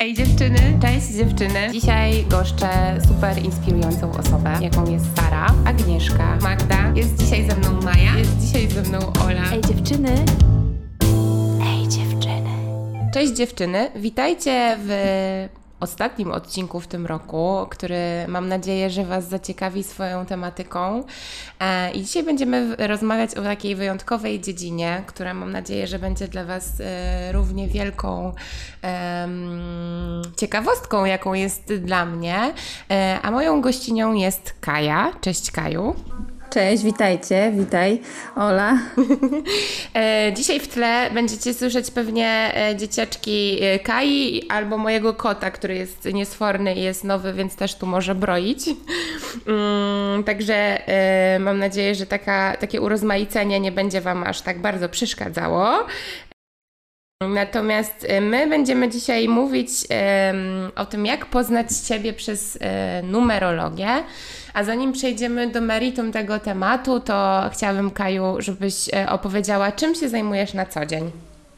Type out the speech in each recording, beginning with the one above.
Ej dziewczyny, cześć dziewczyny. Dzisiaj goszczę super inspirującą osobę, jaką jest Sara, Agnieszka, Magda. Jest dzisiaj ze mną Maja, jest dzisiaj ze mną Ola. Ej dziewczyny. Ej dziewczyny. Cześć dziewczyny, witajcie w ostatnim odcinku w tym roku, który mam nadzieję, że Was zaciekawi swoją tematyką. I dzisiaj będziemy rozmawiać o takiej wyjątkowej dziedzinie, która mam nadzieję, że będzie dla Was równie wielką ciekawostką, jaką jest dla mnie. A moją gościnią jest Kaja. Cześć Kaju. Cześć, witajcie, witaj Ola. Dzisiaj w tle będziecie słyszeć pewnie dzieciaczki Kai albo mojego kota, który jest niesforny i jest nowy, więc też tu może broić. Także mam nadzieję, że takie urozmaicenie nie będzie Wam aż tak bardzo przeszkadzało. Natomiast my będziemy dzisiaj mówić o tym, jak poznać siebie przez numerologię. A zanim przejdziemy do meritum tego tematu, to chciałabym, Kaju, żebyś opowiedziała, czym się zajmujesz na co dzień.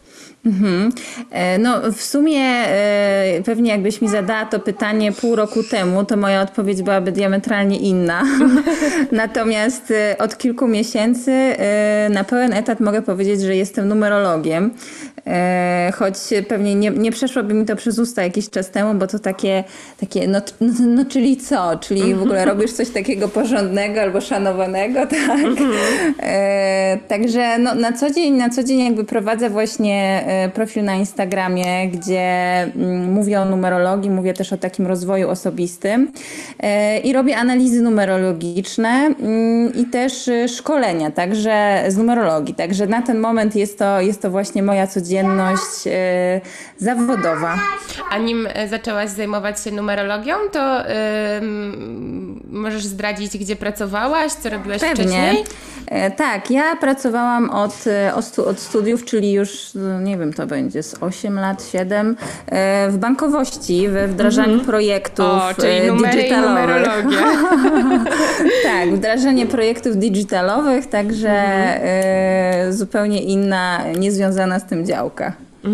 No w sumie pewnie jakbyś mi zadała to pytanie pół roku temu, to moja odpowiedź byłaby diametralnie inna. Natomiast od kilku miesięcy na pełen etat mogę powiedzieć, że jestem numerologiem. Choć pewnie nie przeszłoby mi to przez usta jakiś czas temu, bo to takie no czyli co? Czyli w ogóle robisz coś takiego porządnego albo szanowanego, tak? Także no, na co dzień jakby prowadzę właśnie profil na Instagramie, gdzie mówię o numerologii, mówię też o takim rozwoju osobistym i robię analizy numerologiczne i też szkolenia, także z numerologii. Także na ten moment jest to właśnie moja codzienność zawodowa. A nim zaczęłaś zajmować się numerologią, to możesz zdradzić, gdzie pracowałaś, co robiłaś wcześniej? Tak, ja pracowałam od studiów, czyli już, nie wiem, to będzie z 8 lat, 7, w bankowości, we wdrażaniu projektów czyli numery digitalowych. I numerologia. Tak, wdrażanie projektów digitalowych, także zupełnie inna, niezwiązana z tym działka.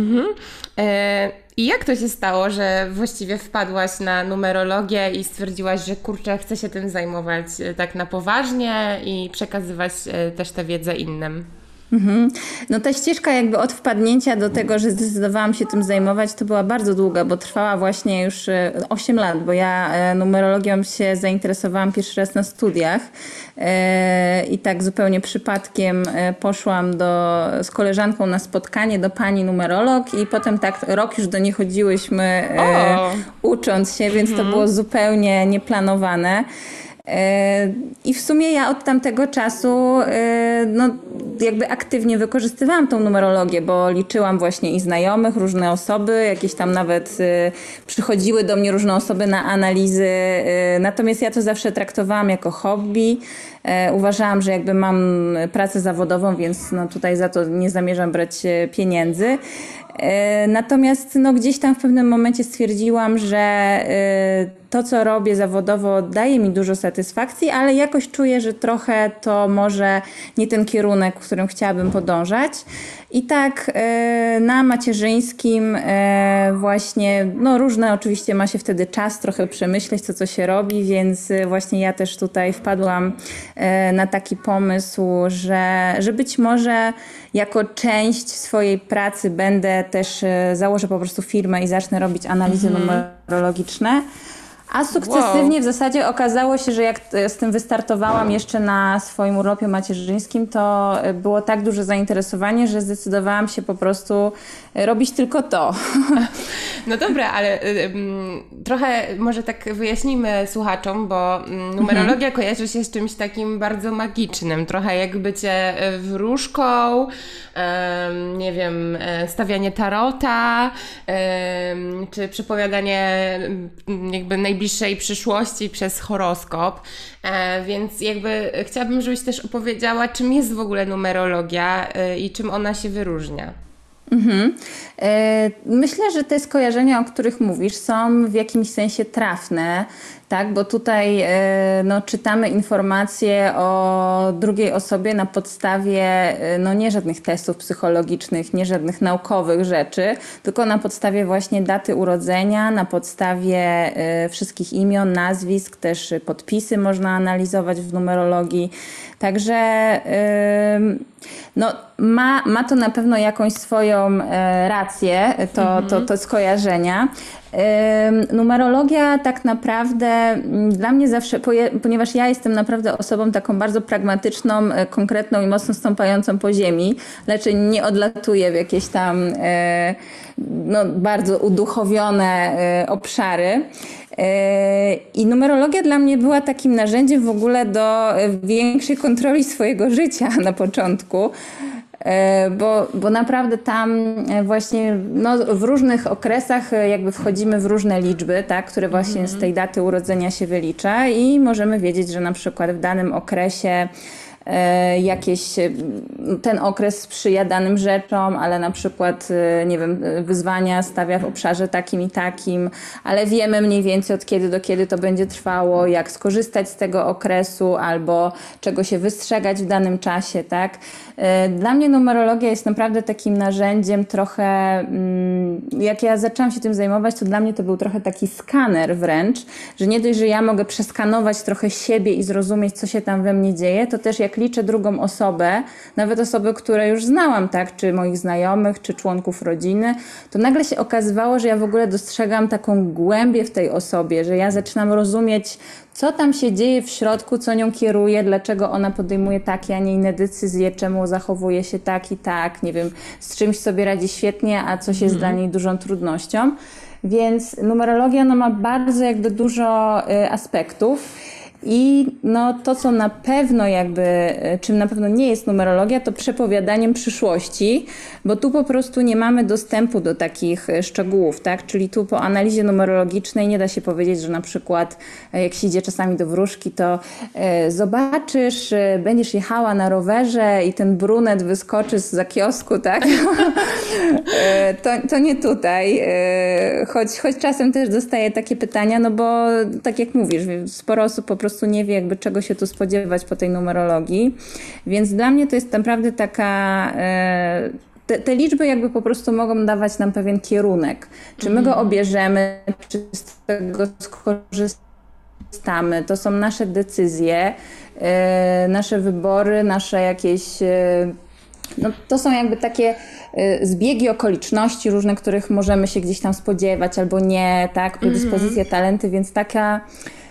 I jak to się stało, że właściwie wpadłaś na numerologię i stwierdziłaś, że kurczę, chcę się tym zajmować tak na poważnie i przekazywać też tę wiedzę innym? No ta ścieżka jakby od wpadnięcia do tego, że zdecydowałam się tym zajmować, to była bardzo długa, bo trwała właśnie już 8 lat, bo ja numerologią się zainteresowałam pierwszy raz na studiach i tak zupełnie przypadkiem poszłam z koleżanką na spotkanie do pani numerolog i potem tak rok już do niej chodziłyśmy ucząc się, więc to było zupełnie nieplanowane. I w sumie ja od tamtego czasu no, jakby aktywnie wykorzystywałam tą numerologię, bo liczyłam właśnie i znajomych, różne osoby, jakieś tam nawet przychodziły do mnie różne osoby na analizy, natomiast ja to zawsze traktowałam jako hobby. Uważałam, że jakby mam pracę zawodową, więc no, tutaj za to nie zamierzam brać pieniędzy. Natomiast no, gdzieś tam w pewnym momencie stwierdziłam, że to, co robię zawodowo, daje mi dużo satysfakcji, ale jakoś czuję, że trochę to może nie ten kierunek, w którym chciałabym podążać. I tak na macierzyńskim właśnie, no różne oczywiście ma się wtedy czas trochę przemyśleć, co się robi, więc właśnie ja też tutaj wpadłam na taki pomysł, że być może jako część swojej pracy będę też, założę po prostu firmę i zacznę robić analizy numerologiczne. A sukcesywnie w zasadzie okazało się, że jak z tym wystartowałam jeszcze na swoim urlopie macierzyńskim, to było tak duże zainteresowanie, że zdecydowałam się po prostu robić tylko to. No dobra, ale trochę może tak wyjaśnijmy słuchaczom, bo numerologia kojarzy się z czymś takim bardzo magicznym, trochę jak bycie wróżką, nie wiem, stawianie tarota, czy przepowiadanie jakby najbliższej przyszłości przez horoskop, więc jakby chciałabym, żebyś też opowiedziała, czym jest w ogóle numerologia i czym ona się wyróżnia. Myślę, że te skojarzenia, o których mówisz, są w jakimś sensie trafne, tak? Bo tutaj czytamy informacje o drugiej osobie na podstawie nie żadnych testów psychologicznych, nie żadnych naukowych rzeczy, tylko na podstawie właśnie daty urodzenia, na podstawie wszystkich imion, nazwisk, też podpisy można analizować w numerologii. Także ma to na pewno jakąś swoją rację, to skojarzenia. Numerologia tak naprawdę dla mnie zawsze, ponieważ ja jestem naprawdę osobą taką bardzo pragmatyczną, konkretną i mocno stąpającą po ziemi, lecz nie odlatuję w jakieś tam bardzo uduchowione obszary. I numerologia dla mnie była takim narzędziem w ogóle do większej kontroli swojego życia na początku. Bo naprawdę tam właśnie w różnych okresach jakby wchodzimy w różne liczby, tak, które właśnie z tej daty urodzenia się wylicza i możemy wiedzieć, że na przykład w danym okresie ten okres sprzyja danym rzeczom, ale na przykład, nie wiem, wyzwania stawia w obszarze takim i takim, ale wiemy mniej więcej od kiedy do kiedy to będzie trwało, jak skorzystać z tego okresu albo czego się wystrzegać w danym czasie, tak? Dla mnie numerologia jest naprawdę takim narzędziem trochę, jak ja zaczęłam się tym zajmować, to dla mnie to był trochę taki skaner wręcz, że nie dość, że ja mogę przeskanować trochę siebie i zrozumieć, co się tam we mnie dzieje, to też jak liczę drugą osobę, nawet osoby, które już znałam, tak, czy moich znajomych, czy członków rodziny, to nagle się okazywało, że ja w ogóle dostrzegam taką głębię w tej osobie, że ja zaczynam rozumieć, co tam się dzieje w środku, co nią kieruje, dlaczego ona podejmuje takie, a nie inne decyzje, czemu zachowuje się tak i tak, nie wiem, z czymś sobie radzi świetnie, a coś jest dla niej dużą trudnością. Więc numerologia ma bardzo jakby dużo aspektów. I to, co na pewno czym na pewno nie jest numerologia, to przepowiadaniem przyszłości, bo tu po prostu nie mamy dostępu do takich szczegółów, tak? Czyli tu po analizie numerologicznej nie da się powiedzieć, że na przykład jak się idzie czasami do wróżki, to zobaczysz, będziesz jechała na rowerze i ten brunet wyskoczy zza kiosku, tak? To nie tutaj, choć czasem też dostaję takie pytania, bo tak jak mówisz, sporo osób po prostu nie wie czego się tu spodziewać po tej numerologii, więc dla mnie to jest naprawdę taka... Te liczby po prostu mogą dawać nam pewien kierunek. Czy my go obierzemy, czy z tego skorzystamy. To są nasze decyzje, nasze wybory, nasze jakieś... to są takie zbiegi okoliczności różne, których możemy się gdzieś tam spodziewać albo nie, tak? Predyspozycje, talenty, więc taka...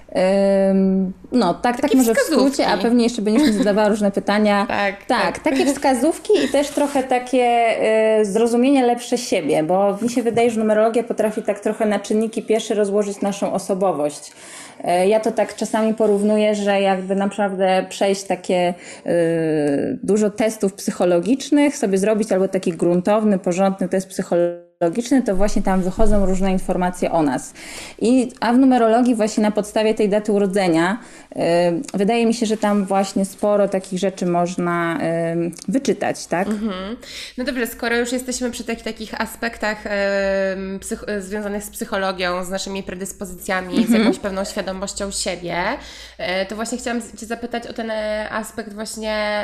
tak może w skrócie, a pewnie jeszcze będziesz mi zadawała różne pytania. Tak, takie wskazówki i też trochę takie zrozumienie lepsze siebie, bo mi się wydaje, że numerologia potrafi tak trochę na czynniki pierwsze rozłożyć naszą osobowość. Ja to tak czasami porównuję, że jakby naprawdę przejść takie dużo testów psychologicznych, sobie zrobić albo taki gruntowny, porządny test psychologiczny, to właśnie tam wychodzą różne informacje o nas. A w numerologii właśnie na podstawie tej daty urodzenia wydaje mi się, że tam właśnie sporo takich rzeczy można wyczytać, tak? No dobrze, skoro już jesteśmy przy tych takich aspektach związanych z psychologią, z naszymi predyspozycjami, z jakąś pewną świadomością siebie, to właśnie chciałam Cię zapytać o ten aspekt właśnie,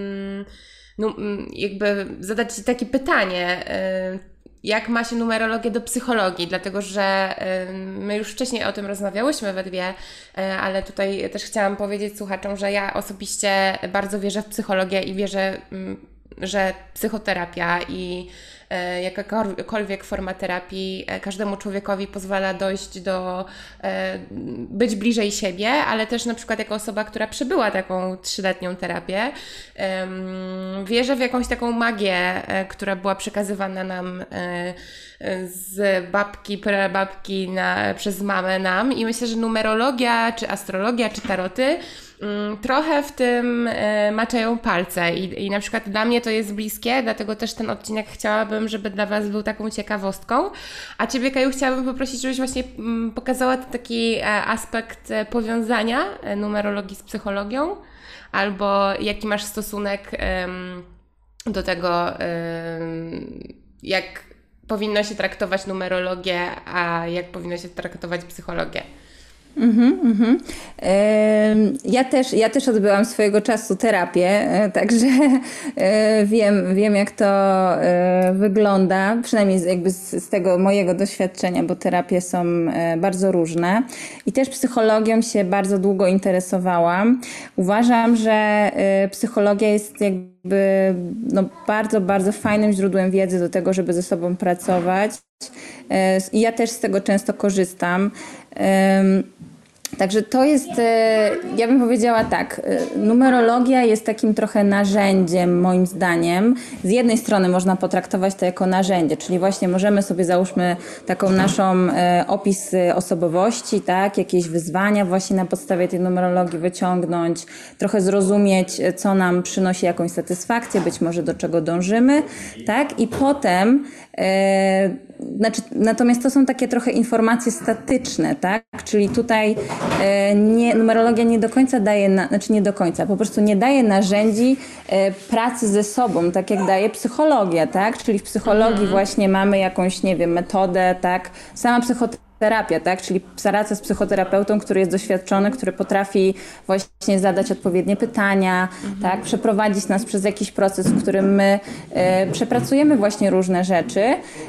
jakby zadać Ci takie pytanie, jak ma się numerologię do psychologii, dlatego że my już wcześniej o tym rozmawiałyśmy we dwie, ale tutaj też chciałam powiedzieć słuchaczom, że ja osobiście bardzo wierzę w psychologię i wierzę, że psychoterapia i jakakolwiek forma terapii każdemu człowiekowi pozwala dojść do być bliżej siebie, ale też na przykład jako osoba, która przebyła taką 3-letnią terapię, wierzę w jakąś taką magię, która była przekazywana nam z babki, prababki przez mamę nam i myślę, że numerologia, czy astrologia, czy taroty trochę w tym maczają palce i na przykład dla mnie to jest bliskie, dlatego też ten odcinek chciałabym, żeby dla Was był taką ciekawostką. A Ciebie, Kaju, chciałabym poprosić, żebyś właśnie pokazała taki aspekt powiązania numerologii z psychologią, albo jaki masz stosunek do tego, jak powinno się traktować numerologię, a jak powinno się traktować psychologię. Ja też odbyłam swojego czasu terapię, także wiem jak to wygląda, przynajmniej jakby z tego mojego doświadczenia, bo terapie są bardzo różne i też psychologią się bardzo długo interesowałam. Uważam, że psychologia jest jakby bardzo, bardzo fajnym źródłem wiedzy do tego, żeby ze sobą pracować i ja też z tego często korzystam. Także to jest, ja bym powiedziała tak, numerologia jest takim trochę narzędziem moim zdaniem. Z jednej strony można potraktować to jako narzędzie, czyli właśnie możemy sobie załóżmy taką naszą opis osobowości, tak, jakieś wyzwania właśnie na podstawie tej numerologii wyciągnąć, trochę zrozumieć, co nam przynosi jakąś satysfakcję, być może do czego dążymy, tak, i potem natomiast to są takie trochę informacje statyczne, tak? Czyli tutaj numerologia nie do końca daje, po prostu nie daje narzędzi pracy ze sobą, tak jak daje psychologia, tak? Czyli w psychologii właśnie mamy jakąś, nie wiem, metodę, tak? Sama psychoterapia, tak? Czyli praca z psychoterapeutą, który jest doświadczony, który potrafi właśnie zadać odpowiednie pytania, tak? Przeprowadzić nas przez jakiś proces, w którym my przepracujemy właśnie różne rzeczy.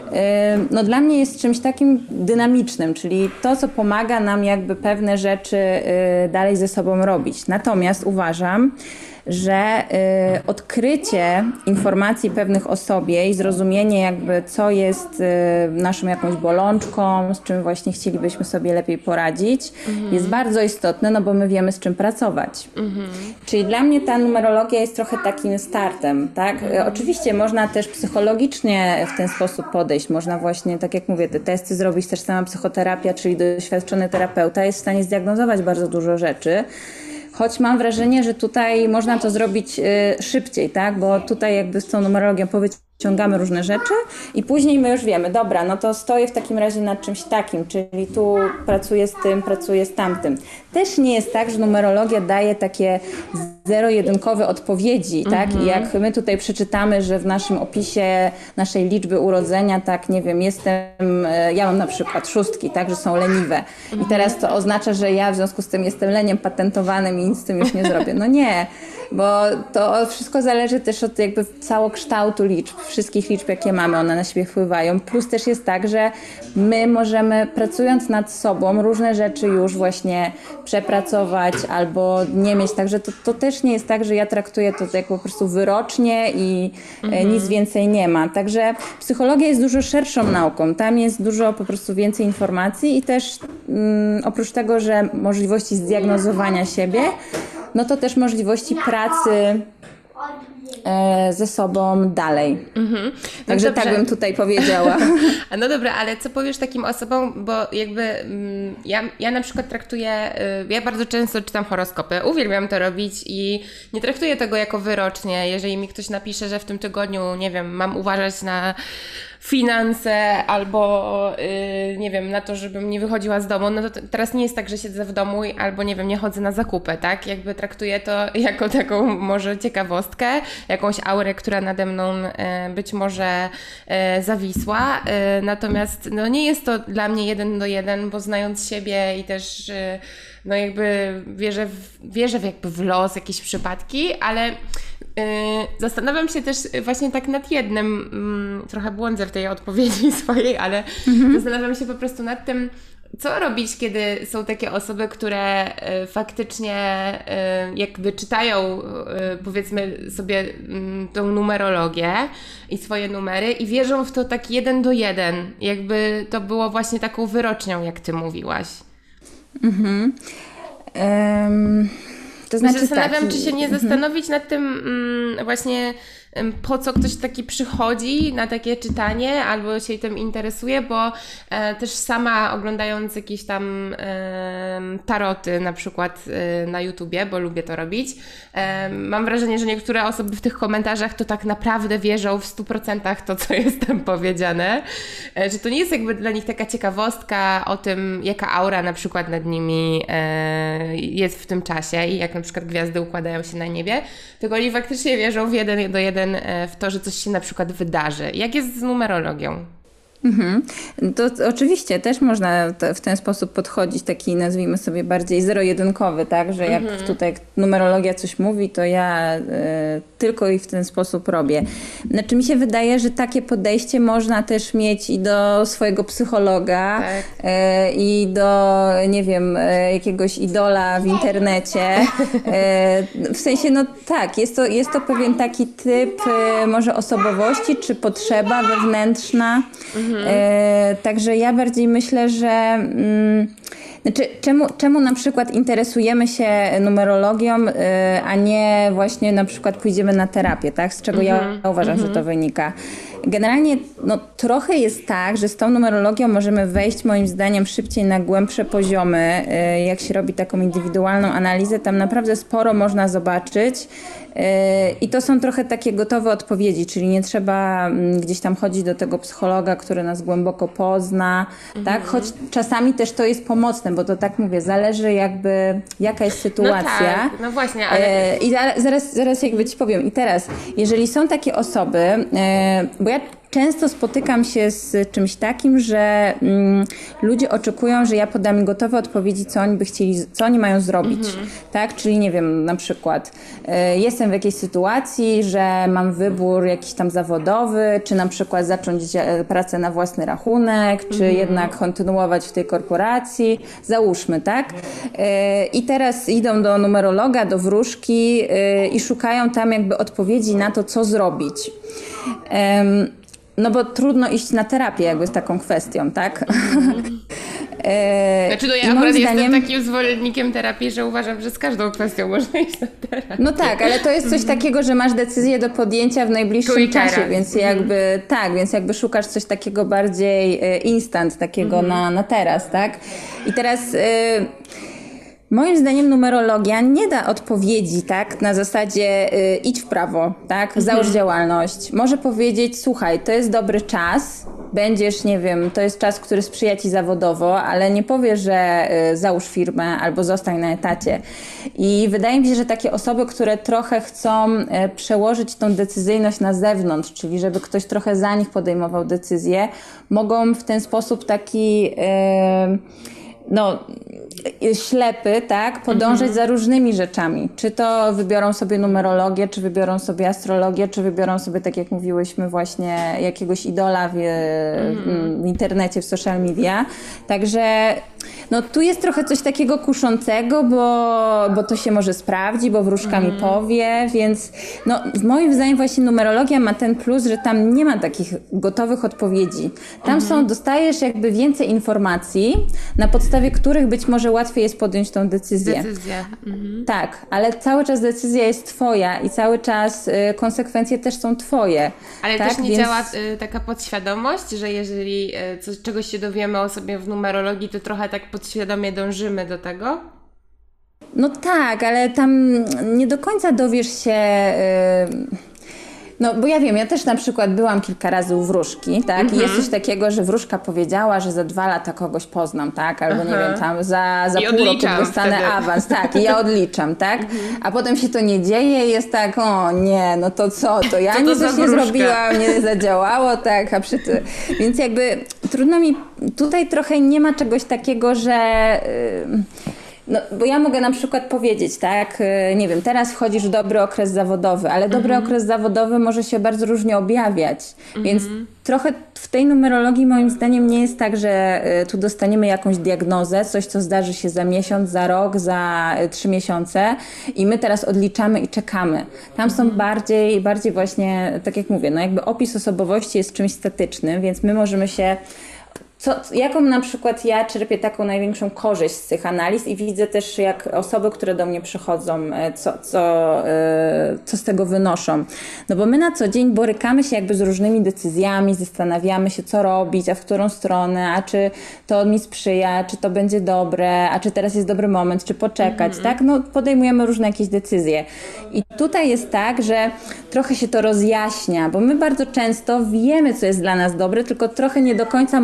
No dla mnie jest czymś takim dynamicznym, czyli to, co pomaga nam jakby pewne rzeczy dalej ze sobą robić. Natomiast uważam, że odkrycie informacji pewnych o sobie i zrozumienie jakby co jest naszą jakąś bolączką, z czym właśnie chcielibyśmy sobie lepiej poradzić, jest bardzo istotne, no bo my wiemy z czym pracować. Czyli dla mnie ta numerologia jest trochę takim startem, tak? Oczywiście można też psychologicznie w ten sposób podejść, można właśnie, tak jak mówię, te testy zrobić, też sama psychoterapia, czyli doświadczony terapeuta jest w stanie zdiagnozować bardzo dużo rzeczy. Choć mam wrażenie, że tutaj można to zrobić szybciej, tak? Bo tutaj jakby z tą numerologią wyciągamy różne rzeczy i później my już wiemy, dobra, no to stoję w takim razie nad czymś takim, czyli tu pracuję z tym, pracuję z tamtym. Też nie jest tak, że numerologia daje takie zero-jedynkowe odpowiedzi, tak? I jak my tutaj przeczytamy, że w naszym opisie naszej liczby urodzenia, tak, nie wiem, ja mam na przykład 6, tak, że są leniwe. I teraz to oznacza, że ja w związku z tym jestem leniem patentowanym i nic z tym już nie zrobię. No nie, bo to wszystko zależy też od jakby całokształtu liczb, wszystkich liczb, jakie mamy, one na siebie wpływają. Plus też jest tak, że my możemy, pracując nad sobą, różne rzeczy już właśnie przepracować albo nie mieć. Także to też nie jest tak, że ja traktuję to jak po prostu wyrocznie i nic więcej nie ma. Także psychologia jest dużo szerszą nauką. Tam jest dużo po prostu więcej informacji i też oprócz tego, że możliwości zdiagnozowania siebie, no to też możliwości pracy ze sobą dalej. No także dobrze. Tak bym tutaj powiedziała. No dobra, ale co powiesz takim osobom, bo jakby ja na przykład traktuję, ja bardzo często czytam horoskopy, uwielbiam to robić i nie traktuję tego jako wyrocznie. Jeżeli mi ktoś napisze, że w tym tygodniu, nie wiem, mam uważać na finanse albo nie wiem, na to, żebym nie wychodziła z domu, no to teraz nie jest tak, że siedzę w domu albo nie wiem, nie chodzę na zakupy, tak? Jakby traktuję to jako taką może ciekawostkę, jakąś aurę, która nade mną być może zawisła, natomiast no nie jest to dla mnie 1:1, bo znając siebie i też no jakby wierzę jakby w los, jakieś przypadki, ale zastanawiam się też właśnie tak nad jednym, trochę błądzę w tej odpowiedzi swojej, ale zastanawiam się po prostu nad tym, co robić, kiedy są takie osoby, które faktycznie jakby czytają powiedzmy sobie tą numerologię i swoje numery i wierzą w to tak 1:1, jakby to było właśnie taką wyrocznią, jak ty mówiłaś. To znaczy, zastanawiam, tak. czy się nie zastanowić nad tym właśnie, po co ktoś taki przychodzi na takie czytanie albo się tym interesuje, bo też sama oglądając jakieś tam taroty na przykład na YouTubie, bo lubię to robić, mam wrażenie, że niektóre osoby w tych komentarzach to tak naprawdę wierzą w 100% to, co jest tam powiedziane, że to nie jest jakby dla nich taka ciekawostka o tym, jaka aura na przykład nad nimi jest w tym czasie i jak na przykład gwiazdy układają się na niebie, tylko oni faktycznie wierzą w 1:1 w to, że coś się na przykład wydarzy. Jak jest z numerologią? To oczywiście też można w ten sposób podchodzić, taki nazwijmy sobie bardziej zero-jedynkowy, tak, że jak tutaj numerologia coś mówi, to ja tylko i w ten sposób robię. Znaczy mi się wydaje, że takie podejście można też mieć i do swojego psychologa, i do, nie wiem, jakiegoś idola w internecie. W sensie, no tak, jest to pewien taki typ może osobowości, czy potrzeba wewnętrzna. Także ja bardziej myślę, że znaczy, czemu na przykład interesujemy się numerologią, a nie właśnie na przykład pójdziemy na terapię, tak? Z czego ja uważam, że to wynika. Generalnie no, trochę jest tak, że z tą numerologią możemy wejść moim zdaniem szybciej na głębsze poziomy. Jak się robi taką indywidualną analizę, tam naprawdę sporo można zobaczyć. I to są trochę takie gotowe odpowiedzi, czyli nie trzeba gdzieś tam chodzić do tego psychologa, który nas głęboko pozna, tak? Choć czasami też to jest pomocne, bo to tak mówię, zależy jakby jaka jest sytuacja. No tak, no właśnie, ale... I zaraz jakby ci powiem. I teraz, jeżeli są takie osoby, bo ja często spotykam się z czymś takim, że ludzie oczekują, że ja podam im gotowe odpowiedzi, co oni by chcieli, co oni mają zrobić, tak? Czyli nie wiem, na przykład jestem w jakiejś sytuacji, że mam wybór jakiś tam zawodowy, czy na przykład zacząć pracę na własny rachunek, czy jednak kontynuować w tej korporacji, załóżmy, tak? I teraz idą do numerologa, do wróżki i szukają tam jakby odpowiedzi na to, co zrobić. No bo trudno iść na terapię jakby z taką kwestią, tak? Znaczy no ja akurat jestem takim zwolennikiem terapii, że uważam, że z każdą kwestią można iść na terapię. No tak, ale to jest coś takiego, że masz decyzję do podjęcia w najbliższym czasie, więc jakby tak, więc jakby szukasz coś takiego bardziej instant, takiego na teraz, tak? I teraz... Moim zdaniem numerologia nie da odpowiedzi, tak, na zasadzie idź w prawo, tak, załóż działalność. Może powiedzieć, słuchaj, to jest dobry czas, będziesz, nie wiem, to jest czas, który sprzyja ci zawodowo, ale nie powie, że załóż firmę albo zostań na etacie. I wydaje mi się, że takie osoby, które trochę chcą przełożyć tą decyzyjność na zewnątrz, czyli żeby ktoś trochę za nich podejmował decyzje, mogą w ten sposób taki... ślepy, tak, podążać za różnymi rzeczami. Czy to wybiorą sobie numerologię, czy wybiorą sobie astrologię, czy wybiorą sobie, tak jak mówiłyśmy, właśnie jakiegoś idola w internecie, w social media. Także no tu jest trochę coś takiego kuszącego, bo to się może sprawdzi, bo wróżka mi powie, więc no moim zdaniem właśnie numerologia ma ten plus, że tam nie ma takich gotowych odpowiedzi. Tam dostajesz jakby więcej informacji, na podstawie których być może łatwiej jest podjąć tą decyzję. Tak, ale cały czas decyzja jest twoja i cały czas konsekwencje też są twoje. Ale tak? też nie działa taka podświadomość, że jeżeli czegoś się dowiemy o sobie w numerologii, to trochę tak podświadomie dążymy do tego? No tak, ale tam nie do końca dowiesz się... No bo ja wiem, ja też na przykład byłam kilka razy u wróżki, tak? I jest coś takiego, że wróżka powiedziała, że za 2 lata kogoś poznam, tak? Albo nie wiem, tam za pół roku dostanę awans, tak? I ja odliczam, tak? A potem się to nie dzieje i jest tak, o nie, no to co? To ja nic nie zrobiłam, nie zadziałało, tak? Więc jakby trudno mi, tutaj trochę nie ma czegoś takiego, że... No, bo ja mogę na przykład powiedzieć, tak, nie wiem, teraz wchodzisz w dobry okres zawodowy, ale dobry okres zawodowy może się bardzo różnie objawiać, więc trochę w tej numerologii moim zdaniem nie jest tak, że tu dostaniemy jakąś diagnozę, coś co zdarzy się za miesiąc, za rok, za 3 miesiące i my teraz odliczamy i czekamy. Tam są bardziej właśnie, tak jak mówię, no jakby opis osobowości jest czymś statycznym, więc my możemy się... Jaką na przykład ja czerpię taką największą korzyść z tych analiz i widzę też jak osoby, które do mnie przychodzą, co z tego wynoszą. No bo my na co dzień borykamy się jakby z różnymi decyzjami, zastanawiamy się co robić, a w którą stronę, a czy to mi sprzyja, czy to będzie dobre, a czy teraz jest dobry moment, czy poczekać, tak? No podejmujemy różne jakieś decyzje. I tutaj jest tak, że trochę się to rozjaśnia, bo my bardzo często wiemy, co jest dla nas dobre, tylko trochę nie do końca możemy to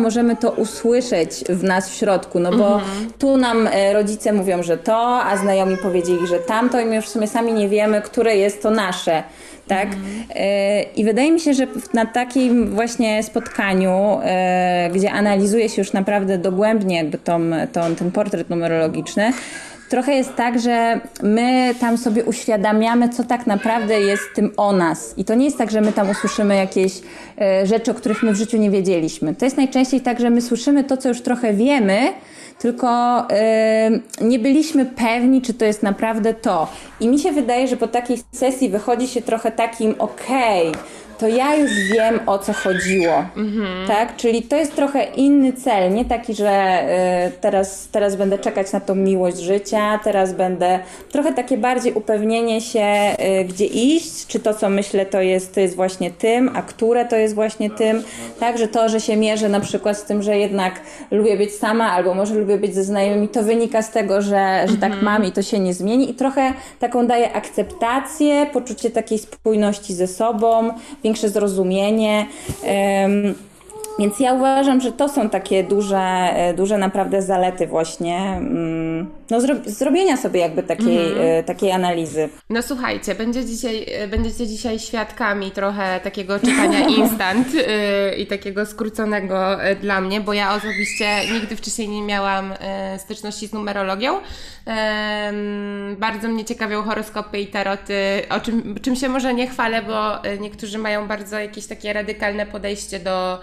to usłyszeć w nas w środku, no bo tu nam rodzice mówią, że to, a znajomi powiedzieli, że tamto i my już w sumie sami nie wiemy, które jest to nasze. Tak? I wydaje mi się, że na takim właśnie spotkaniu, gdzie analizuje się już naprawdę dogłębnie jakby ten portret numerologiczny, trochę jest tak, że my tam sobie uświadamiamy, co tak naprawdę jest tym o nas. I to nie jest tak, że my tam usłyszymy jakieś rzeczy, o których my w życiu nie wiedzieliśmy. To jest najczęściej tak, że my słyszymy to, co już trochę wiemy, tylko nie byliśmy pewni, czy to jest naprawdę to. I mi się wydaje, że po takiej sesji wychodzi się trochę takim to ja już wiem, o co chodziło, tak? Czyli to jest trochę inny cel, nie taki, że teraz będę czekać na tą miłość życia, teraz będę trochę takie bardziej upewnienie się, gdzie iść, czy to, co myślę, to jest właśnie tym, a które to jest właśnie tym, tak? Że to, że się mierzę na przykład z tym, że jednak lubię być sama, albo może lubię być ze znajomymi, to wynika z tego, że tak mam i to się nie zmieni i trochę taką daje akceptację, poczucie takiej spójności ze sobą, większe zrozumienie. Więc ja uważam, że to są takie duże naprawdę zalety właśnie zrobienia sobie jakby takiej analizy. No słuchajcie, będziecie dzisiaj świadkami trochę takiego czytania instant i takiego skróconego dla mnie, bo ja osobiście nigdy wcześniej nie miałam styczności z numerologią. Bardzo mnie ciekawią horoskopy i taroty, czym się może nie chwalę, bo niektórzy mają bardzo jakieś takie radykalne podejście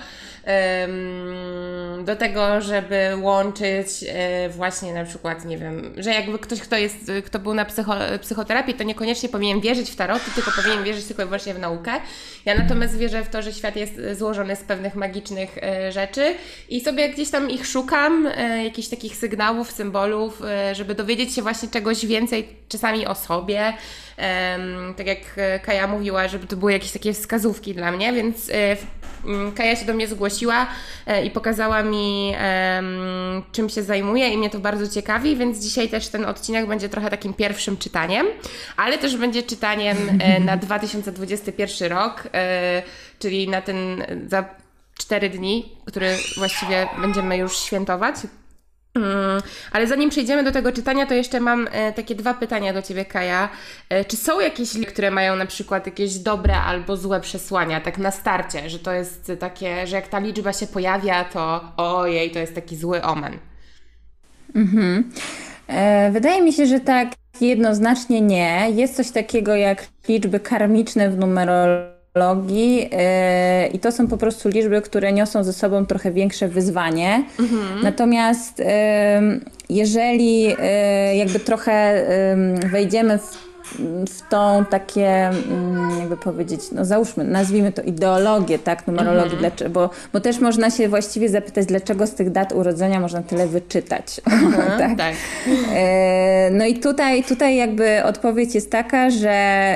do tego, żeby łączyć właśnie na przykład, nie wiem, że jakby ktoś, kto był na psychoterapii, to niekoniecznie powinien wierzyć w taroty, tylko powinien wierzyć tylko i wyłącznie w naukę. Ja natomiast wierzę w to, że świat jest złożony z pewnych magicznych rzeczy i sobie gdzieś tam ich szukam, jakichś takich sygnałów, symbolów, żeby dowiedzieć się właśnie czegoś więcej czasami o sobie. Tak jak Kaja mówiła, żeby to były jakieś takie wskazówki dla mnie, więc Kaja się do mnie zgłosiła i pokazała mi, czym się zajmuje i mnie to bardzo ciekawi, więc dzisiaj też ten odcinek będzie trochę takim pierwszym czytaniem, ale też będzie czytaniem na 2021 rok, czyli na ten za 4 dni, który właściwie będziemy już świętować. Ale zanim przejdziemy do tego czytania, to jeszcze mam takie 2 pytania do Ciebie, Kaja. Czy są jakieś liczby, które mają na przykład jakieś dobre albo złe przesłania, tak na starcie, że to jest takie, że jak ta liczba się pojawia, to ojej, to jest taki zły omen? Wydaje mi się, że tak jednoznacznie nie. Jest coś takiego jak liczby karmiczne w numerologii i to są po prostu liczby, które niosą ze sobą trochę większe wyzwanie. Natomiast jeżeli jakby trochę wejdziemy w tą takie, jakby powiedzieć, no załóżmy, nazwijmy to ideologię, tak, numerologii, bo też można się właściwie zapytać, dlaczego z tych dat urodzenia można tyle wyczytać. Tak? Tak. No i tutaj jakby odpowiedź jest taka, że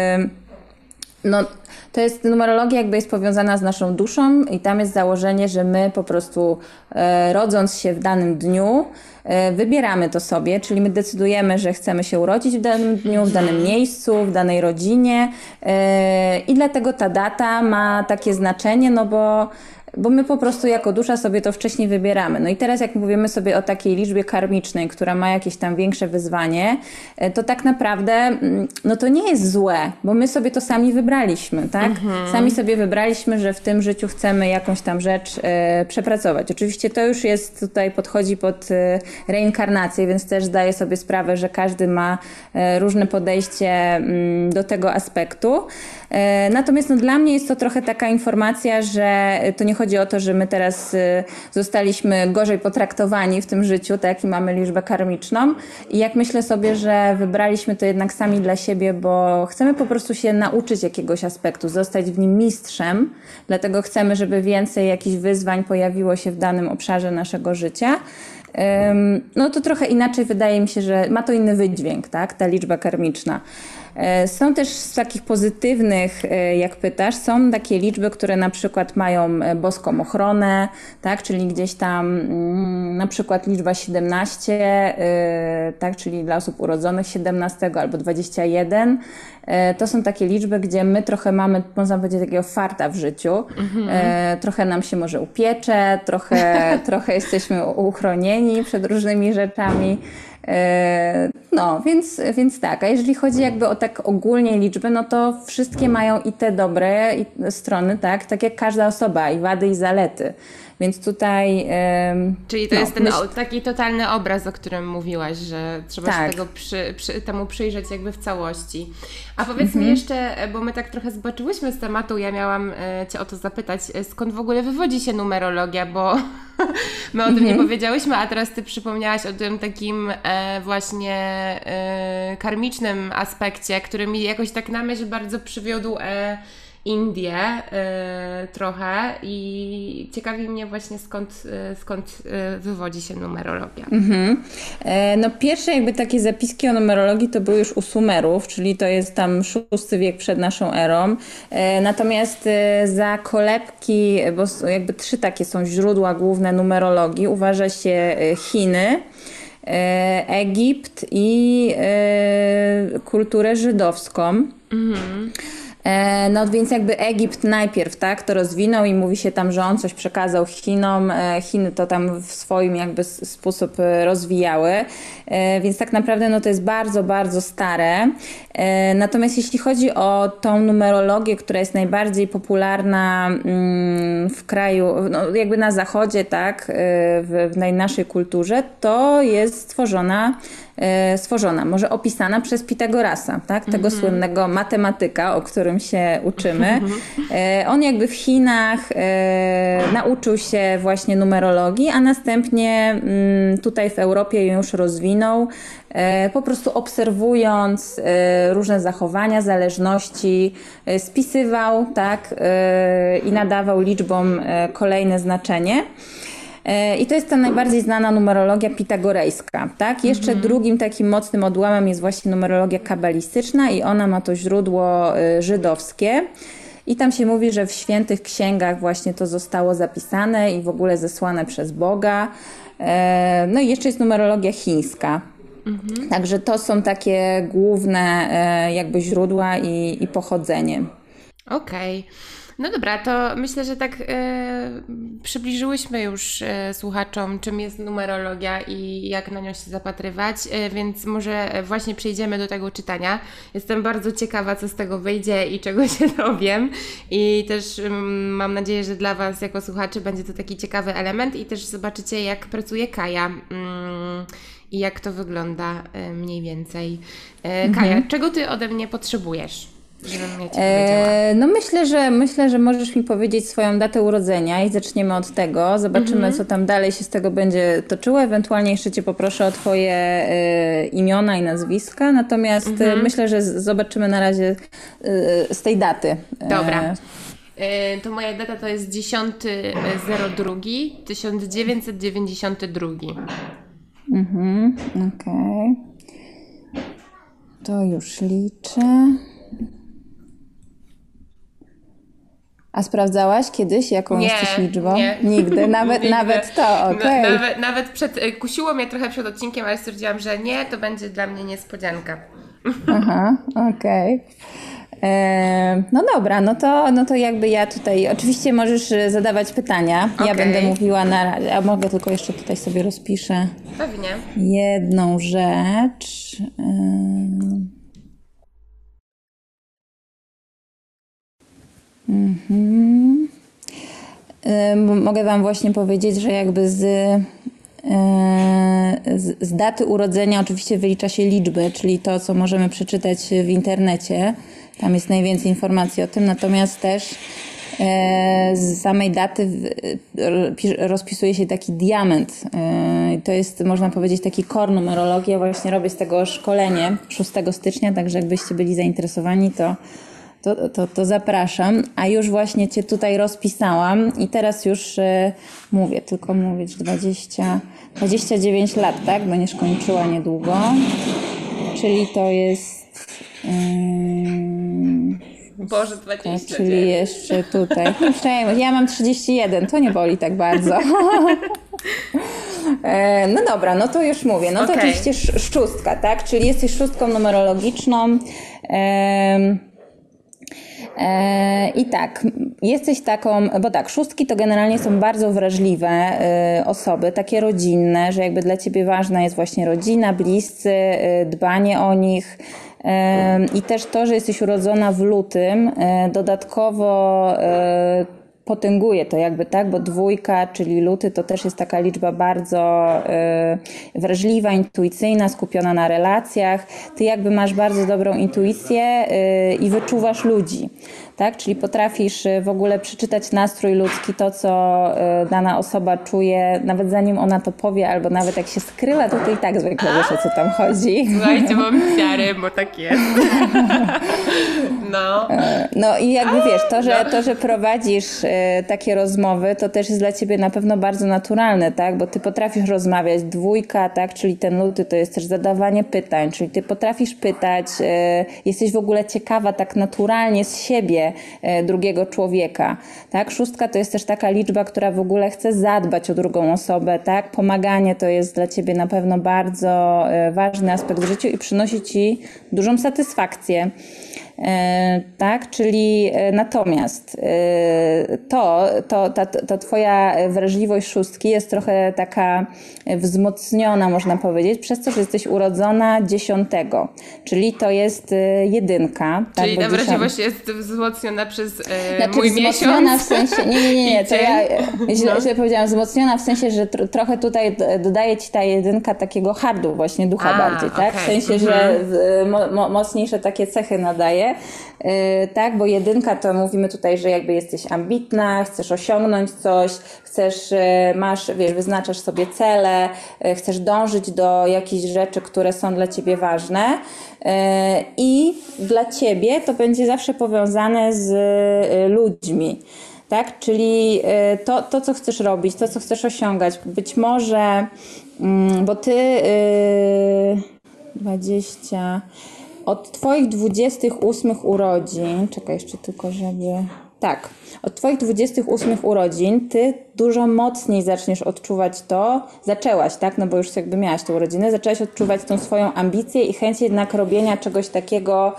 to jest numerologia jakby jest powiązana z naszą duszą i tam jest założenie, że my po prostu rodząc się w danym dniu wybieramy to sobie, czyli my decydujemy, że chcemy się urodzić w danym dniu, w danym miejscu, w danej rodzinie i dlatego ta data ma takie znaczenie, no bo my po prostu jako dusza sobie to wcześniej wybieramy. No i teraz jak mówimy sobie o takiej liczbie karmicznej, która ma jakieś tam większe wyzwanie, to tak naprawdę no to nie jest złe, bo my sobie to sami wybraliśmy, tak? Sami sobie wybraliśmy, że w tym życiu chcemy jakąś tam rzecz przepracować. Oczywiście to już jest tutaj podchodzi pod reinkarnację, więc też zdaję sobie sprawę, że każdy ma różne podejście do tego aspektu. Natomiast no, dla mnie jest to trochę taka informacja, że to nie chodzi o to, że my teraz zostaliśmy gorzej potraktowani w tym życiu, tak, i mamy liczbę karmiczną. I jak myślę sobie, że wybraliśmy to jednak sami dla siebie, bo chcemy po prostu się nauczyć jakiegoś aspektu, zostać w nim mistrzem, dlatego chcemy, żeby więcej jakichś wyzwań pojawiło się w danym obszarze naszego życia. No to trochę inaczej wydaje mi się, że ma to inny wydźwięk, tak, ta liczba karmiczna. Są też z takich pozytywnych, jak pytasz, są takie liczby, które na przykład mają boską ochronę, tak, czyli gdzieś tam na przykład liczba 17, tak, czyli dla osób urodzonych 17 albo 21. To są takie liczby, gdzie my trochę mamy, można powiedzieć, takiego farta w życiu. Trochę nam się może upiecze, trochę jesteśmy uchronieni przed różnymi rzeczami. No, więc tak, a jeżeli chodzi jakby o tak ogólnie liczby, no to wszystkie mają i te dobre strony, tak jak każda osoba, i wady, i zalety. Więc tutaj... Czyli to jest ten taki totalny obraz, o którym mówiłaś, że trzeba się tego temu przyjrzeć jakby w całości. A powiedz mi jeszcze, bo my tak trochę zboczyłyśmy z tematu, ja miałam Cię o to zapytać, skąd w ogóle wywodzi się numerologia, bo my o tym nie powiedziałyśmy, a teraz Ty przypomniałaś o tym takim właśnie karmicznym aspekcie, który mi jakoś tak na myśl bardzo przywiódł Indie trochę i ciekawi mnie właśnie skąd wywodzi się numerologia. No pierwsze jakby takie zapiski o numerologii to były już u Sumerów, czyli to jest tam VI wiek przed naszą erą. Natomiast za kolebki, bo jakby 3 takie są źródła główne numerologii, uważa się Chiny, Egipt i kulturę żydowską. No więc jakby Egipt najpierw, tak, to rozwinął i mówi się tam, że on coś przekazał Chinom, Chiny to tam w swoim jakby sposób rozwijały, więc tak naprawdę no to jest bardzo, bardzo stare. Natomiast jeśli chodzi o tą numerologię, która jest najbardziej popularna w kraju, no jakby na zachodzie, tak, w naszej kulturze, to jest stworzona, może opisana przez Pitagorasa, tak? Tego słynnego matematyka, o którym się uczymy. On jakby w Chinach nauczył się właśnie numerologii, a następnie tutaj w Europie ją już rozwinął, po prostu obserwując różne zachowania, zależności, spisywał, tak? I nadawał liczbom kolejne znaczenie. I to jest ta najbardziej znana numerologia pitagorejska, tak? Jeszcze drugim takim mocnym odłamem jest właśnie numerologia kabalistyczna i ona ma to źródło żydowskie. I tam się mówi, że w świętych księgach właśnie to zostało zapisane i w ogóle zesłane przez Boga. No i jeszcze jest numerologia chińska. Także to są takie główne jakby źródła i pochodzenie. Okej. No dobra, to myślę, że tak przybliżyłyśmy już słuchaczom, czym jest numerologia i jak na nią się zapatrywać, więc może właśnie przejdziemy do tego czytania. Jestem bardzo ciekawa, co z tego wyjdzie i czego się dowiem i też mam nadzieję, że dla Was jako słuchaczy będzie to taki ciekawy element i też zobaczycie, jak pracuje Kaja i jak to wygląda mniej więcej. Kaja, czego Ty ode mnie potrzebujesz? No myślę, że możesz mi powiedzieć swoją datę urodzenia i zaczniemy od tego. Zobaczymy, co tam dalej się z tego będzie toczyło. Ewentualnie jeszcze Cię poproszę o Twoje imiona i nazwiska. Natomiast myślę, że zobaczymy na razie z tej daty. Dobra. To moja data to jest 10.02.1992. Okej. To już liczę. A sprawdzałaś kiedyś, jaką jesteś liczbą? Nie. Nigdy? Nawet to, okej. Nawet kusiło mnie trochę przed odcinkiem, ale stwierdziłam, że nie, to będzie dla mnie niespodzianka. Aha, okej. No dobra, no to jakby ja tutaj, oczywiście możesz zadawać pytania, ja będę mówiła na razie, a mogę tylko jeszcze tutaj sobie rozpiszę Pewnie. jedną rzecz. Mogę Wam właśnie powiedzieć, że jakby z daty urodzenia oczywiście wylicza się liczby, czyli to, co możemy przeczytać w internecie. Tam jest najwięcej informacji o tym, natomiast też z samej daty rozpisuje się taki diament. To jest, można powiedzieć, taki core numerologii. Ja właśnie robię z tego szkolenie 6 stycznia, także jakbyście byli zainteresowani, to zapraszam. A już właśnie Cię tutaj rozpisałam i teraz już mówię, tylko mówić 29 lat, tak? Będziesz kończyła niedługo. Czyli to jest Boże, 20. Czyli jeszcze tutaj. Nie przejmuj, ja mam 31, to nie boli tak bardzo. No dobra, no to już mówię. No to oczywiście szóstka, tak? Czyli jesteś szóstką numerologiczną. I tak, jesteś taką, bo tak, szóstki to generalnie są bardzo wrażliwe osoby, takie rodzinne, że jakby dla ciebie ważna jest właśnie rodzina, bliscy, dbanie o nich. I też to, że jesteś urodzona w lutym, dodatkowo potęguje to jakby, tak, bo 2, czyli luty, to też jest taka liczba bardzo wrażliwa, intuicyjna, skupiona na relacjach. Ty jakby masz bardzo dobrą intuicję i wyczuwasz ludzi, tak, czyli potrafisz w ogóle przeczytać nastrój ludzki, to co dana osoba czuje, nawet zanim ona to powie, albo nawet jak się skrywa, to ty i tak zwykle wiesz, o co tam chodzi. Słuchajcie, mam wiarę, bo tak jest. No. No i jakby wiesz, to, że prowadzisz takie rozmowy, to też jest dla ciebie na pewno bardzo naturalne, tak? Bo ty potrafisz rozmawiać. 2, tak? Czyli ten luty to jest też zadawanie pytań, czyli ty potrafisz pytać, jesteś w ogóle ciekawa tak naturalnie z siebie drugiego człowieka, tak? 6 to jest też taka liczba, która w ogóle chce zadbać o drugą osobę, tak? Pomaganie to jest dla ciebie na pewno bardzo ważny aspekt w życiu i przynosi ci dużą satysfakcję. Tak, czyli natomiast ta twoja wrażliwość 6 jest trochę taka wzmocniona, można powiedzieć, przez to, że jesteś urodzona 10, czyli to jest 1. Tak, czyli ta wrażliwość jest wzmocniona przez znaczy, mój wzmocniona miesiąc? w sensie, nie, to ja źle powiedziałam, wzmocniona w sensie, że trochę tutaj dodaje ci ta 1 takiego hardu właśnie ducha bardziej, tak? W sensie, że mocniejsze takie cechy nadaje. Tak, bo 1 to mówimy tutaj, że jakby jesteś ambitna, chcesz osiągnąć coś, wyznaczasz sobie cele, chcesz dążyć do jakichś rzeczy, które są dla ciebie ważne i dla ciebie to będzie zawsze powiązane z ludźmi. Tak, czyli to, co chcesz robić, to, co chcesz osiągać, być może, bo ty 20... Od twoich 28 urodzin, czekaj jeszcze tylko, tak, od twoich 28 urodzin ty dużo mocniej zaczniesz odczuwać zaczęłaś, tak, no bo już jakby miałaś tę urodzinę, zaczęłaś odczuwać tą swoją ambicję i chęć jednak robienia czegoś takiego,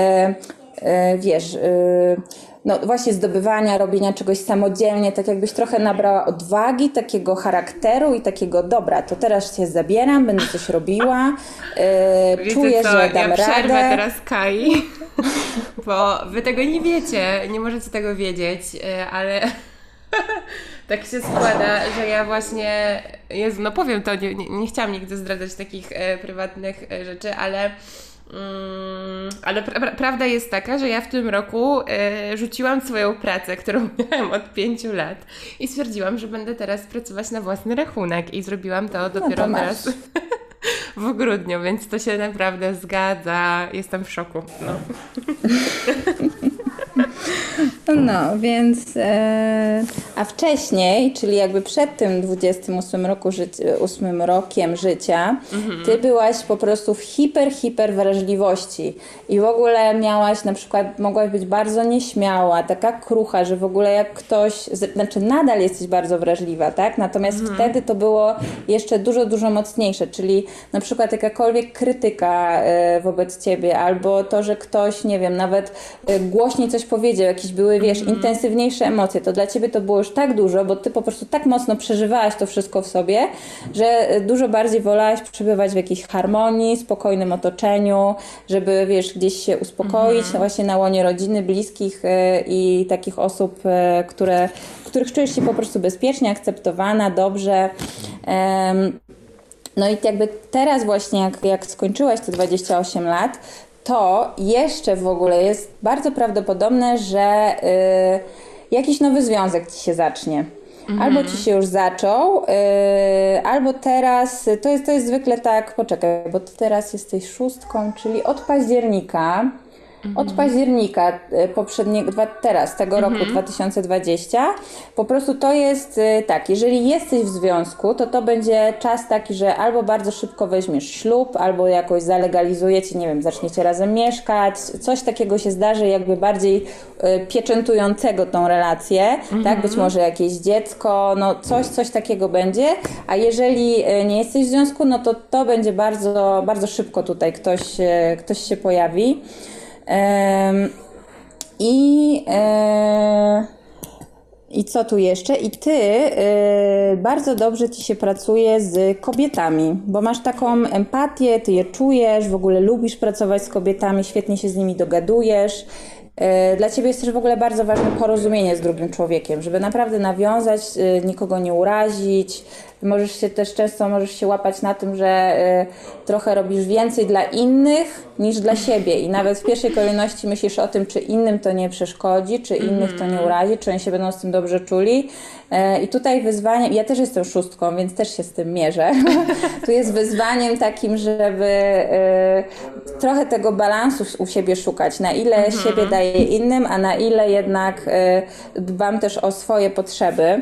no właśnie zdobywania, robienia czegoś samodzielnie, tak jakbyś trochę nabrała odwagi, takiego charakteru i takiego, dobra, to teraz się zabieram, będę coś robiła, czuję, że dam radę. Ja przerwę teraz Kai, bo wy tego nie wiecie, nie możecie tego wiedzieć, ale tak się składa, że ja właśnie, Jezu, no powiem to, nie chciałam nigdy zdradzać takich prywatnych rzeczy, ale prawda jest taka, że ja w tym roku rzuciłam swoją pracę, którą miałam od 5 lat i stwierdziłam, że będę teraz pracować na własny rachunek i zrobiłam to dopiero teraz w grudniu, więc to się naprawdę zgadza. Jestem w szoku. No, więc a wcześniej, czyli jakby przed tym 8 rokiem życia, ty byłaś po prostu w hiper wrażliwości i w ogóle miałaś, na przykład mogłaś być bardzo nieśmiała, taka krucha, że w ogóle jak ktoś, znaczy nadal jesteś bardzo wrażliwa, tak? Natomiast wtedy to było jeszcze dużo mocniejsze, czyli na przykład jakakolwiek krytyka wobec ciebie, albo to, że ktoś, nie wiem, nawet głośniej coś powiedział, jakieś były, intensywniejsze emocje, to dla ciebie to było już tak dużo, bo ty po prostu tak mocno przeżywałaś to wszystko w sobie, że dużo bardziej wolałaś przebywać w jakiejś harmonii, spokojnym otoczeniu, żeby, gdzieś się uspokoić, właśnie na łonie rodziny, bliskich i takich osób, których czujesz się po prostu bezpiecznie, akceptowana, dobrze. No i jakby teraz właśnie, jak skończyłaś te 28 lat, to jeszcze w ogóle jest bardzo prawdopodobne, że jakiś nowy związek ci się zacznie. Albo ci się już zaczął, albo teraz, to jest zwykle tak, poczekaj, bo ty teraz jesteś 6, czyli od października od października tego roku 2020, po prostu to jest tak, jeżeli jesteś w związku, to będzie czas taki, że albo bardzo szybko weźmiesz ślub, albo jakoś zalegalizujecie, nie wiem, zaczniecie razem mieszkać, coś takiego się zdarzy jakby bardziej pieczętującego tą relację, tak, być może jakieś dziecko, no coś takiego będzie, a jeżeli nie jesteś w związku, no to będzie bardzo, bardzo szybko tutaj ktoś się pojawi. I co tu jeszcze? I ty bardzo dobrze ci się pracuje z kobietami, bo masz taką empatię, ty je czujesz, w ogóle lubisz pracować z kobietami, świetnie się z nimi dogadujesz. Dla ciebie jest też w ogóle bardzo ważne porozumienie z drugim człowiekiem, żeby naprawdę nawiązać, nikogo nie urazić. Często możesz się łapać na tym, że trochę robisz więcej dla innych niż dla siebie i nawet w pierwszej kolejności myślisz o tym, czy innym to nie przeszkodzi, czy innych to nie urazi, czy oni się będą z tym dobrze czuli. I tutaj wyzwaniem, ja też jestem szóstką, więc też się z tym mierzę. Tu jest wyzwaniem takim, żeby trochę tego balansu u siebie szukać, na ile siebie daję innym, a na ile jednak dbam też o swoje potrzeby.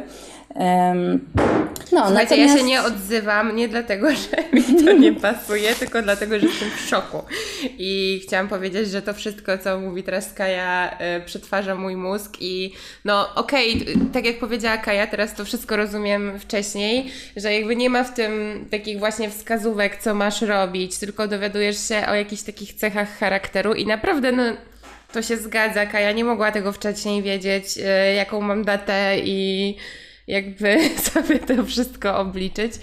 Słuchajcie, ja się nie odzywam nie dlatego, że mi to nie pasuje, tylko dlatego, że jestem w szoku. I chciałam powiedzieć, że to wszystko, co mówi teraz Kaja, przetwarza mój mózg i no okej, tak jak powiedziała Kaja, teraz to wszystko rozumiem wcześniej, że jakby nie ma w tym takich właśnie wskazówek, co masz robić, tylko dowiadujesz się o jakichś takich cechach charakteru i naprawdę no to się zgadza. Kaja nie mogła tego wcześniej wiedzieć, jaką mam datę i jakby sobie to wszystko obliczyć.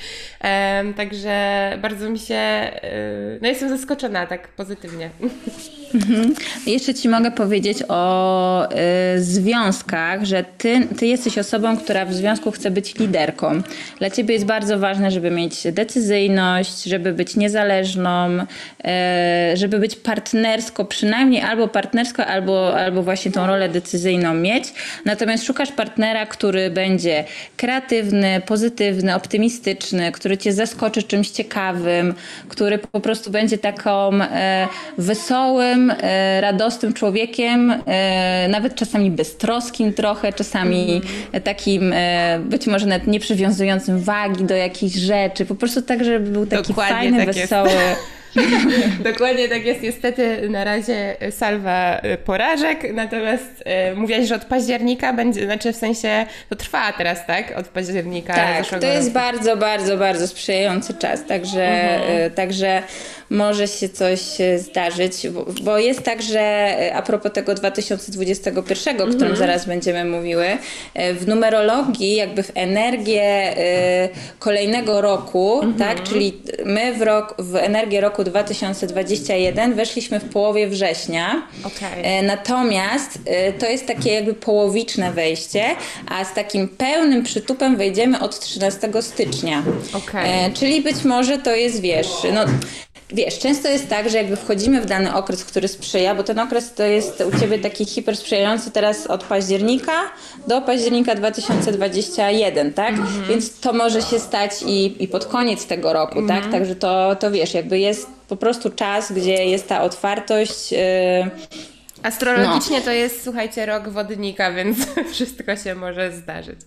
Także bardzo mi się... No jestem zaskoczona tak pozytywnie. Jeszcze ci mogę powiedzieć o związkach, że ty jesteś osobą, która w związku chce być liderką. Dla ciebie jest bardzo ważne, żeby mieć decyzyjność, żeby być niezależną, żeby być partnersko, przynajmniej albo partnersko, albo właśnie tą rolę decyzyjną mieć. Natomiast szukasz partnera, który będzie kreatywny, pozytywny, optymistyczny, który cię zaskoczy czymś ciekawym, który po prostu będzie taką wesołym, radosnym człowiekiem, nawet czasami beztroskim trochę, czasami takim być może nawet nie przywiązującym wagi do jakichś rzeczy, po prostu tak, żeby był taki Dokładnie fajny, tak wesoły. Dokładnie tak jest. Niestety na razie salwa porażek, natomiast mówiłaś, że od października będzie, znaczy w sensie to trwa teraz, tak? Od października Tak, to jest bardzo, bardzo, bardzo sprzyjający czas, także może się coś zdarzyć, bo jest tak, że a propos tego 2021, o którym zaraz będziemy mówiły, w numerologii, jakby w energię kolejnego roku, tak, czyli my w energię roku 2021 weszliśmy w połowie września, natomiast to jest takie jakby połowiczne wejście, a z takim pełnym przytupem wejdziemy od 13 stycznia. Czyli być może to jest, Wiesz, często jest tak, że jakby wchodzimy w dany okres, który sprzyja, bo ten okres to jest u ciebie taki hiper sprzyjający teraz od października do października 2021, tak? Więc to może się stać i pod koniec tego roku, tak? Także to wiesz, jakby jest po prostu czas, gdzie jest ta otwartość. Astrologicznie to jest, słuchajcie, rok wodnika, więc wszystko się może zdarzyć.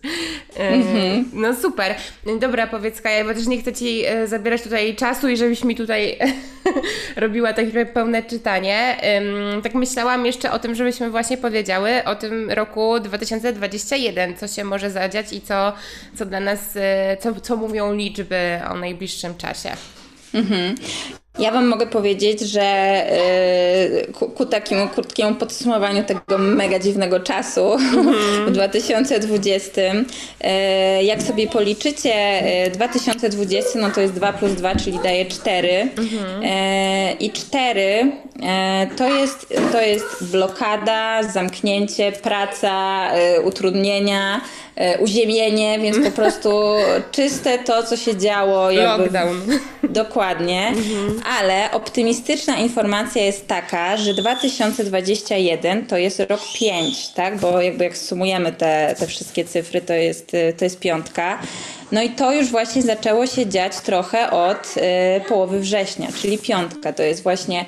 No super. Dobra, powiedz Kaja, bo też nie chcę Ci zabierać tutaj czasu i żebyś mi tutaj robiła takie pełne czytanie. Tak myślałam jeszcze o tym, żebyśmy właśnie powiedziały o tym roku 2021, co się może zadziać i co dla nas, co mówią liczby o najbliższym czasie. Ja Wam mogę powiedzieć, że ku takiemu krótkiemu podsumowaniu tego mega dziwnego czasu w 2020, jak sobie policzycie 2020, no to jest 2 plus 2, czyli daje 4. I 4 to jest blokada, zamknięcie, praca, utrudnienia, uziemienie, więc po prostu czyste to, co się działo. Lockdown. Dokładnie. Ale optymistyczna informacja jest taka, że 2021 to jest rok 5, tak? Bo jakby jak sumujemy te wszystkie cyfry, to jest 5. No i to już właśnie zaczęło się dziać trochę od połowy września, czyli piątka. To jest właśnie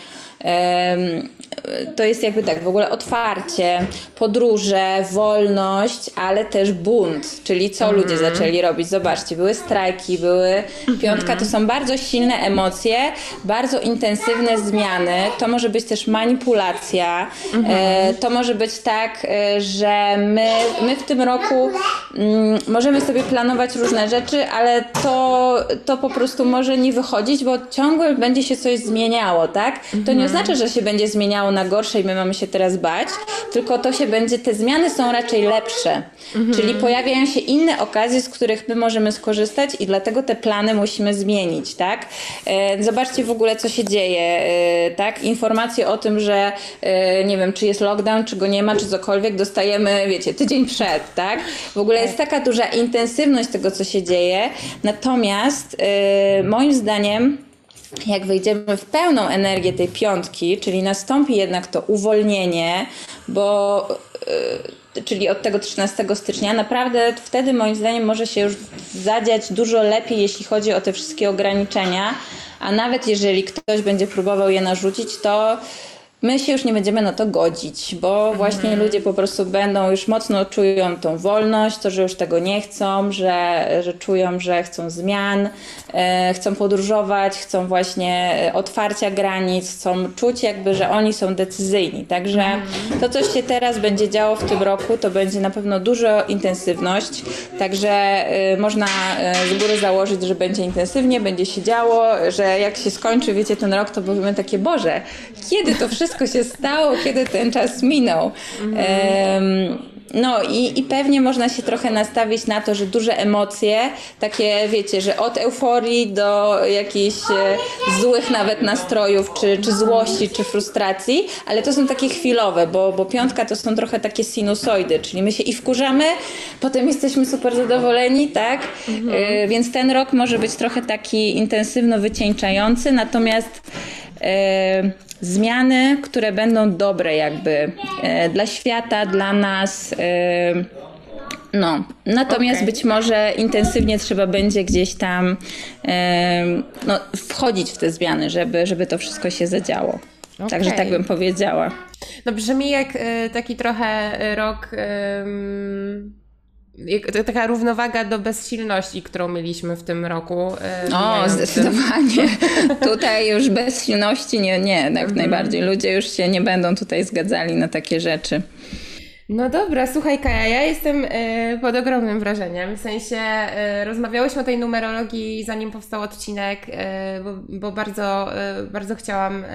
to jest jakby tak, w ogóle otwarcie, podróże, wolność, ale też bunt, czyli co ludzie zaczęli robić. Zobaczcie, były strajki, piątka, to są bardzo silne emocje, bardzo intensywne zmiany, to może być też manipulacja, to może być tak, że my w tym roku możemy sobie planować różne rzeczy, ale to po prostu może nie wychodzić, bo ciągle będzie się coś zmieniało, tak? To nie oznacza, że się będzie zmieniało na gorsze i my mamy się teraz bać, tylko te zmiany są raczej lepsze. Czyli pojawiają się inne okazje, z których my możemy skorzystać i dlatego te plany musimy zmienić, tak? Zobaczcie w ogóle, co się dzieje, tak? Informacje o tym, że nie wiem, czy jest lockdown, czy go nie ma, czy cokolwiek, dostajemy, wiecie, tydzień przed, tak? W ogóle jest taka duża intensywność tego, co się dzieje, natomiast moim zdaniem jak wejdziemy w pełną energię tej piątki, czyli nastąpi jednak to uwolnienie, czyli od tego 13 stycznia, naprawdę wtedy moim zdaniem może się już zadziać dużo lepiej, jeśli chodzi o te wszystkie ograniczenia, a nawet jeżeli ktoś będzie próbował je narzucić, to my się już nie będziemy na to godzić, bo właśnie ludzie po prostu już mocno czują tą wolność, to, że już tego nie chcą, że czują, że chcą zmian, chcą podróżować, chcą właśnie otwarcia granic, chcą czuć jakby, że oni są decyzyjni. Także to, co się teraz będzie działo w tym roku, to będzie na pewno duża intensywność, także można z góry założyć, że będzie intensywnie, będzie się działo, że jak się skończy, wiecie, ten rok, to powiemy takie, Boże, kiedy to wszystko się stało, kiedy ten czas minął. No i pewnie można się trochę nastawić na to, że duże emocje, takie wiecie, że od euforii do jakichś złych nawet nastrojów, czy złości, czy frustracji, ale to są takie chwilowe, bo piątka to są trochę takie sinusoidy, czyli my się i wkurzamy, potem jesteśmy super zadowoleni, tak? Więc ten rok może być trochę taki intensywno wycieńczający, natomiast zmiany, które będą dobre jakby dla świata, dla nas. Natomiast być może intensywnie trzeba będzie gdzieś tam wchodzić w te zmiany, żeby to wszystko się zadziało. Także tak bym powiedziała. No brzmi jak taki trochę rok... taka równowaga do bezsilności, którą mieliśmy w tym roku. Zdecydowanie. Tutaj już bezsilności nie najbardziej. Ludzie już się nie będą tutaj zgadzali na takie rzeczy. No dobra, słuchaj Kaja, ja jestem pod ogromnym wrażeniem, w sensie rozmawiałyśmy o tej numerologii zanim powstał odcinek, bo bardzo chciałam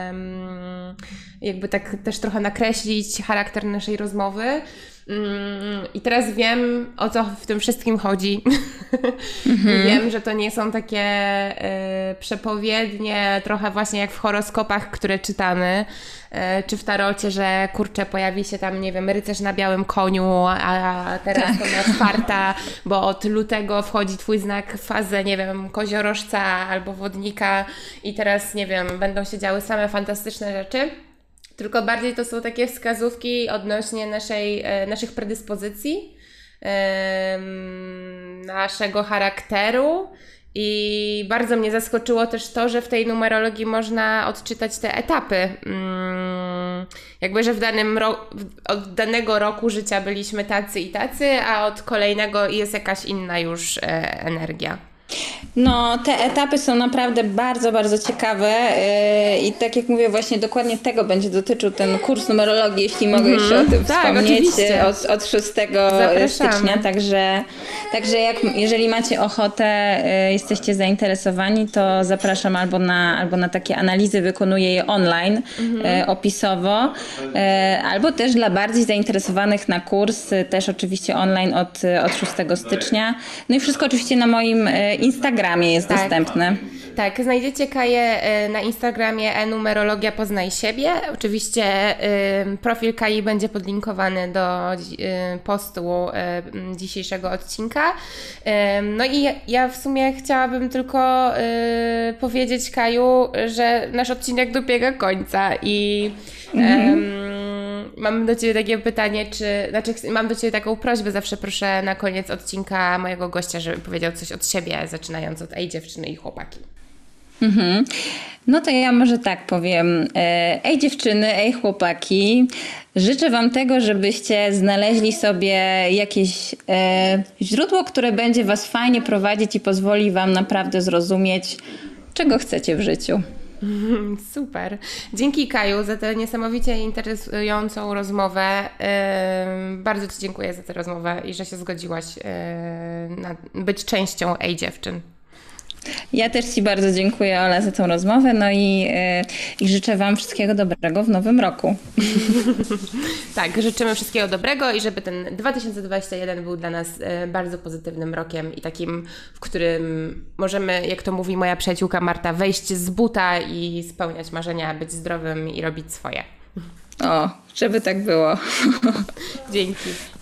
jakby tak też trochę nakreślić charakter naszej rozmowy. I teraz wiem, o co w tym wszystkim chodzi. I wiem, że to nie są takie przepowiednie, trochę właśnie jak w horoskopach, które czytamy, czy w tarocie, że kurczę, pojawi się tam, nie wiem, rycerz na białym koniu, a teraz to na czwarta, bo od lutego wchodzi twój znak w fazę, nie wiem, koziorożca albo wodnika i teraz, nie wiem, będą się działy same fantastyczne rzeczy. Tylko bardziej to są takie wskazówki odnośnie naszych predyspozycji, naszego charakteru i bardzo mnie zaskoczyło też to, że w tej numerologii można odczytać te etapy. Jakby, że od danego roku życia byliśmy tacy i tacy, a od kolejnego jest jakaś inna już energia. No, te etapy są naprawdę bardzo, bardzo ciekawe i tak jak mówię, właśnie dokładnie tego będzie dotyczył ten kurs numerologii, jeśli mogę jeszcze o tym wspomnieć, od 6 stycznia, także jeżeli macie ochotę, jesteście zainteresowani, to zapraszam albo na takie analizy, wykonuję je online opisowo, albo też dla bardziej zainteresowanych na kurs, też oczywiście online od 6 stycznia. No i wszystko oczywiście na moim Instagramie jest dostępne. Tak, znajdziecie Kaję na Instagramie numerologia poznaj siebie. Oczywiście profil Kai będzie podlinkowany do postu dzisiejszego odcinka. No i ja w sumie chciałabym tylko powiedzieć Kaju, że nasz odcinek dobiega końca i Mam do Ciebie takie pytanie, mam do Ciebie taką prośbę, zawsze proszę na koniec odcinka mojego gościa, żeby powiedział coś od siebie, zaczynając od Ej dziewczyny i chłopaki. No to ja może tak powiem. Ej dziewczyny, ej chłopaki, życzę Wam tego, żebyście znaleźli sobie jakieś źródło, które będzie Was fajnie prowadzić i pozwoli Wam naprawdę zrozumieć, czego chcecie w życiu. Super. Dzięki Kaju za tę niesamowicie interesującą rozmowę. Bardzo Ci dziękuję za tę rozmowę i że się zgodziłaś być częścią Ej dziewczyn. Ja też Ci bardzo dziękuję, Ola, za tą rozmowę, no i życzę Wam wszystkiego dobrego w nowym roku. Tak, życzymy wszystkiego dobrego i żeby ten 2021 był dla nas bardzo pozytywnym rokiem i takim, w którym możemy, jak to mówi moja przyjaciółka Marta, wejść z buta i spełniać marzenia, być zdrowym i robić swoje. O, żeby tak było. Dzięki.